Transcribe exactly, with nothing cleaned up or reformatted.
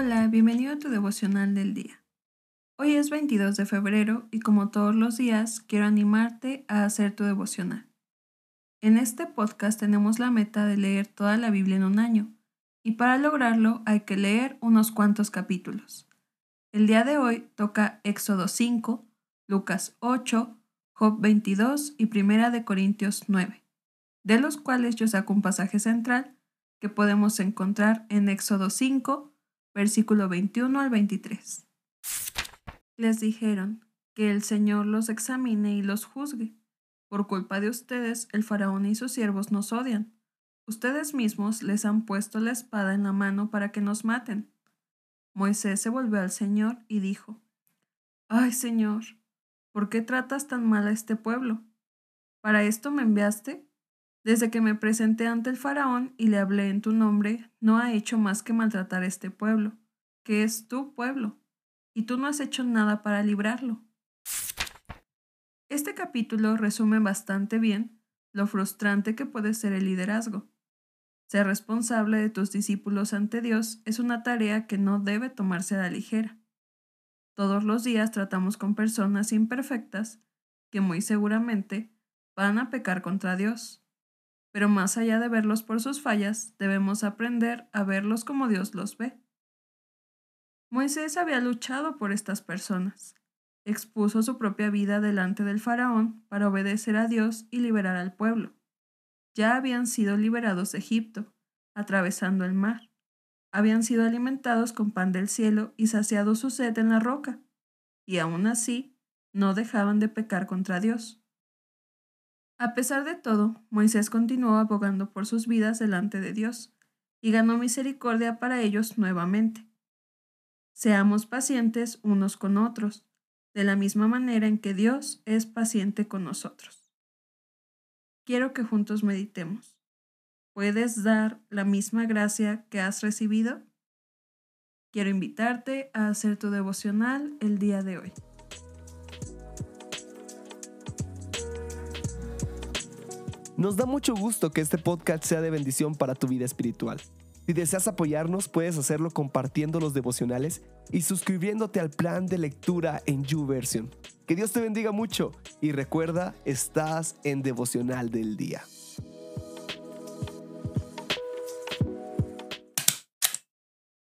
Hola, bienvenido a tu devocional del día. Hoy es veintidós de febrero y como todos los días quiero animarte a hacer tu devocional. En este podcast tenemos la meta de leer toda la Biblia en un año y para lograrlo hay que leer unos cuantos capítulos. El día de hoy toca Éxodo cinco, Lucas ocho, Job veintidós y Primera de Corintios nueve, de los cuales yo saco un pasaje central que podemos encontrar en Éxodo cinco, versículo veintiuno al veintitrés. Les dijeron que el Señor los examine y los juzgue. Por culpa de ustedes, el faraón y sus siervos nos odian. Ustedes mismos les han puesto la espada en la mano para que nos maten. Moisés se volvió al Señor y dijo: «Ay, Señor, ¿por qué tratas tan mal a este pueblo? ¿Para esto me enviaste? Desde que me presenté ante el faraón y le hablé en tu nombre, no ha hecho más que maltratar a este pueblo, que es tu pueblo, y tú no has hecho nada para librarlo». Este capítulo resume bastante bien lo frustrante que puede ser el liderazgo. Ser responsable de tus discípulos ante Dios es una tarea que no debe tomarse a la ligera. Todos los días tratamos con personas imperfectas que muy seguramente van a pecar contra Dios. Pero más allá de verlos por sus fallas, debemos aprender a verlos como Dios los ve. Moisés había luchado por estas personas. Expuso su propia vida delante del faraón para obedecer a Dios y liberar al pueblo. Ya habían sido liberados de Egipto, atravesando el mar. Habían sido alimentados con pan del cielo y saciado su sed en la roca. Y aún así, no dejaban de pecar contra Dios. A pesar de todo, Moisés continuó abogando por sus vidas delante de Dios y ganó misericordia para ellos nuevamente. Seamos pacientes unos con otros, de la misma manera en que Dios es paciente con nosotros. Quiero que juntos meditemos. ¿Puedes dar la misma gracia que has recibido? Quiero invitarte a hacer tu devocional el día de hoy. Nos da mucho gusto que este podcast sea de bendición para tu vida espiritual. Si deseas apoyarnos, puedes hacerlo compartiendo los devocionales y suscribiéndote al plan de lectura en YouVersion. Que Dios te bendiga mucho y recuerda, estás en Devocional del Día.